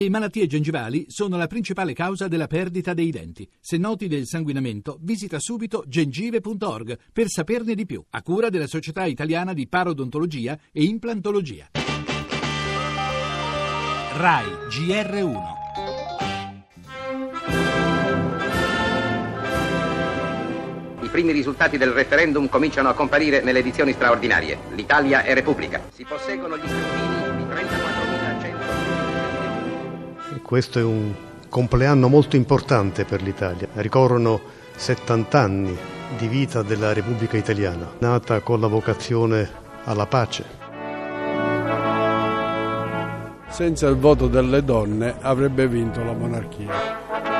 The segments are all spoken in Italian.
Le malattie gengivali sono la principale causa della perdita dei denti. Se noti del sanguinamento, visita subito gengive.org per saperne di più, a cura della Società Italiana di Parodontologia e Implantologia. RAI GR1. I primi risultati del referendum cominciano a comparire nelle edizioni straordinarie. L'Italia è Repubblica. Si posseggono gli scrutini di 34.100. Questo è un compleanno molto importante per l'Italia. Ricorrono 70 anni di vita della Repubblica Italiana, nata con la vocazione alla pace. Senza il voto delle donne avrebbe vinto la monarchia.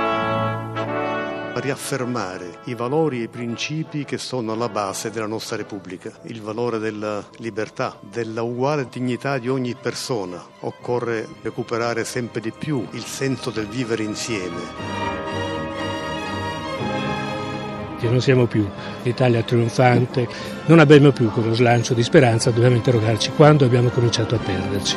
Riaffermare i valori e i principi che sono alla base della nostra Repubblica, il valore della libertà, della uguale dignità di ogni persona. Occorre recuperare sempre di più il senso del vivere insieme. Non siamo più l'Italia trionfante, non abbiamo più quello slancio di speranza, dobbiamo interrogarci quando abbiamo cominciato a perderci.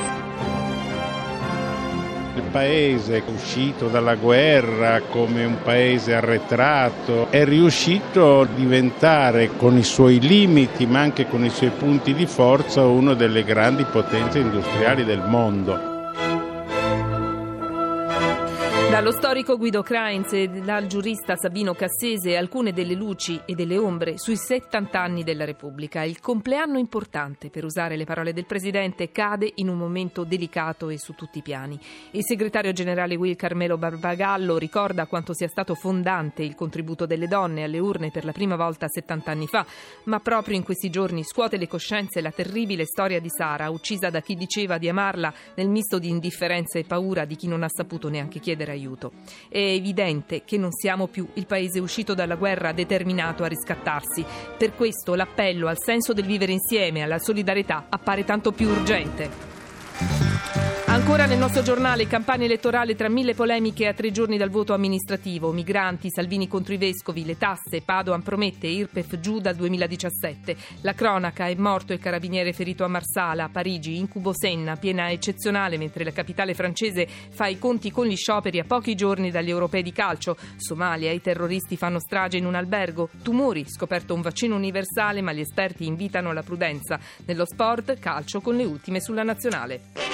Il paese uscito dalla guerra come un paese arretrato è riuscito a diventare, con i suoi limiti ma anche con i suoi punti di forza, una delle grandi potenze industriali del mondo. Dallo storico Guido Kreintz e dal giurista Sabino Cassese, alcune delle luci e delle ombre sui 70 anni della Repubblica. Il compleanno importante, per usare le parole del Presidente, cade in un momento delicato e su tutti i piani. Il segretario generale Will Carmelo Barbagallo ricorda quanto sia stato fondante il contributo delle donne alle urne per la prima volta 70 anni fa, ma proprio in questi giorni scuote le coscienze la terribile storia di Sara, uccisa da chi diceva di amarla nel misto di indifferenza e paura di chi non ha saputo neanche chiedere aiuto. È evidente che non siamo più il paese uscito dalla guerra determinato a riscattarsi. Per questo l'appello al senso del vivere insieme, alla solidarietà, appare tanto più urgente. Ancora nel nostro giornale, campagna elettorale tra 1000 polemiche a 3 giorni dal voto amministrativo, migranti, Salvini contro i vescovi, le tasse, Padoan promette, Irpef giù dal 2017. La cronaca, è morto il carabiniere ferito a Marsala, Parigi, incubo Senna, piena eccezionale mentre la capitale francese fa i conti con gli scioperi a pochi giorni dagli europei di calcio. Somalia, i terroristi fanno strage in un albergo. Tumori, scoperto un vaccino universale ma gli esperti invitano alla prudenza. Nello sport, calcio con le ultime sulla nazionale.